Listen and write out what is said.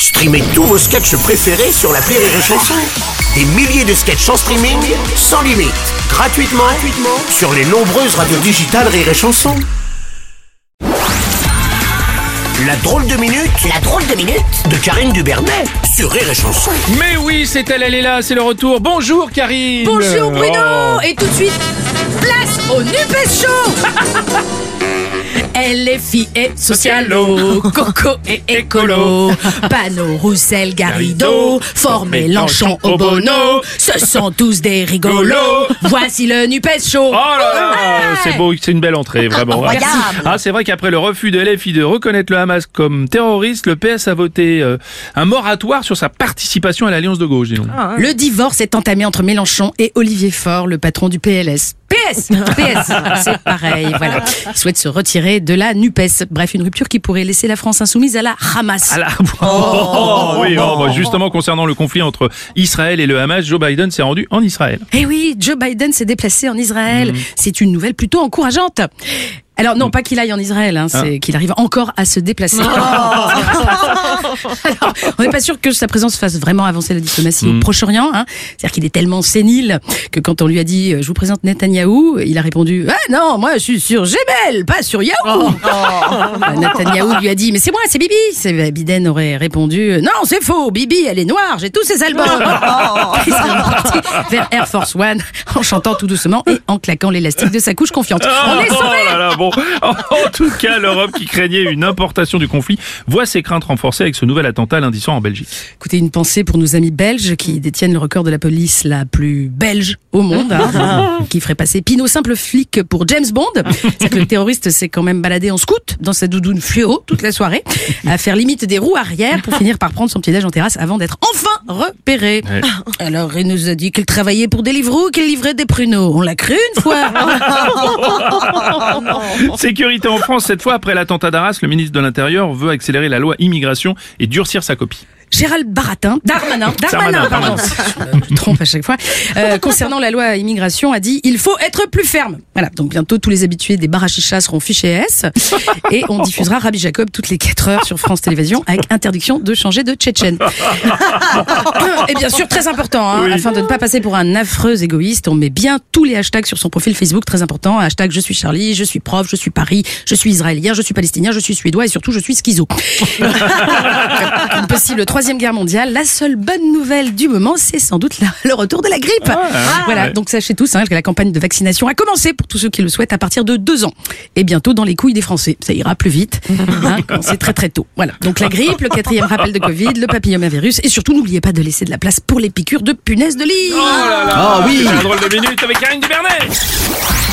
Streamez tous vos sketchs préférés sur l'appli Rire et Chanson. Des milliers de sketchs en streaming, sans limite, gratuitement sur les nombreuses radios digitales Rire et Chanson. La drôle de minute de Karine Dubernet sur Rire et Chanson. Mais oui, c'est elle est là, c'est le retour. Bonjour Karine. Bonjour Bruno. Et tout de suite, place au NUPES Show. LFI et Socialo, Coco et Écolo, Panot, Roussel, Garrido, Fort Mélenchon, Obono, ce sont tous des rigolos. Voici le NUPES Show. Oh là là, c'est beau, c'est une belle entrée, vraiment. Ah, c'est vrai qu'après le refus de LFI de reconnaître le Hamas comme terroriste, le PS a voté un moratoire sur sa participation à l'Alliance de gauche, dis donc. Le divorce est entamé entre Mélenchon et Olivier Faure, le patron du PLS. PS, c'est pareil, voilà. Il souhaite se retirer de la NUPES. Bref, une rupture qui pourrait laisser la France insoumise à la Hamas. Justement, concernant le conflit entre Israël et le Hamas, Joe Biden s'est rendu en Israël. Eh oui, Joe Biden s'est déplacé en Israël. C'est une nouvelle plutôt encourageante. Alors non, pas qu'il aille en Israël, c'est qu'il arrive encore à se déplacer. Alors, on n'est pas sûr que sa présence fasse vraiment avancer la diplomatie au Proche-Orient. C'est-à-dire qu'il est tellement sénile que quand on lui a dit « Je vous présente Netanyahou », il a répondu « Ah non, moi je suis sur Gmail, pas sur Yahoo ». Netanyahou lui a dit « Mais c'est moi, c'est Bibi ». Biden aurait répondu « Non, c'est faux, Bibi, elle est noire, j'ai tous ses albums ». Il serait parti vers Air Force One en chantant tout doucement et en claquant l'élastique de sa couche confiante. On est sauvés. En tout cas, l'Europe qui craignait une importation du conflit voit ses craintes renforcées avec ce nouvel attentat lundi soir en Belgique. Écoutez, une pensée pour nos amis belges qui détiennent le record de la police la plus belge au monde, qui ferait passer Pinot simple flic pour James Bond. C'est que le terroriste s'est quand même baladé en scout dans sa doudoune fluo toute la soirée, à faire limite des roues arrière pour finir par prendre son petit déj en terrasse avant d'être enfin repéré. Ouais. Alors, il nous a dit qu'il travaillait pour Deliveroo, qu'il livrait des pruneaux. On l'a cru une fois. Sécurité en France, cette fois après l'attentat d'Arras, le ministre de l'Intérieur veut accélérer la loi immigration et durcir sa copie. Gérald Darmanin, pardon, je me trompe à chaque fois, concernant la loi immigration, a dit « Il faut être plus ferme ». Voilà, donc bientôt tous les habitués des bars à chicha seront fichés S et on diffusera Rabbi Jacob toutes les 4 heures sur France Télévisions avec interdiction de changer de tchétchène. Et bien sûr, très important, afin de ne pas passer pour un affreux égoïste, on met bien tous les hashtags sur son profil Facebook, très important, hashtag je suis Charlie, je suis prof, je suis Paris, je suis israélien, je suis palestinien, je suis suédois et surtout je suis schizo. Possible Troisième Guerre mondiale, la seule bonne nouvelle du moment, c'est sans doute le retour de la grippe. Voilà, donc sachez tous que la campagne de vaccination a commencé pour tous ceux qui le souhaitent à partir de 2 ans. Et bientôt dans les couilles des Français. Ça ira plus vite, c'est très très tôt. Voilà, donc la grippe, le 4e rappel de Covid, le papillomavirus et surtout n'oubliez pas de laisser de la place pour les piqûres de punaises de lit. Oui, c'est un drôle de minute avec Karine Dubernet.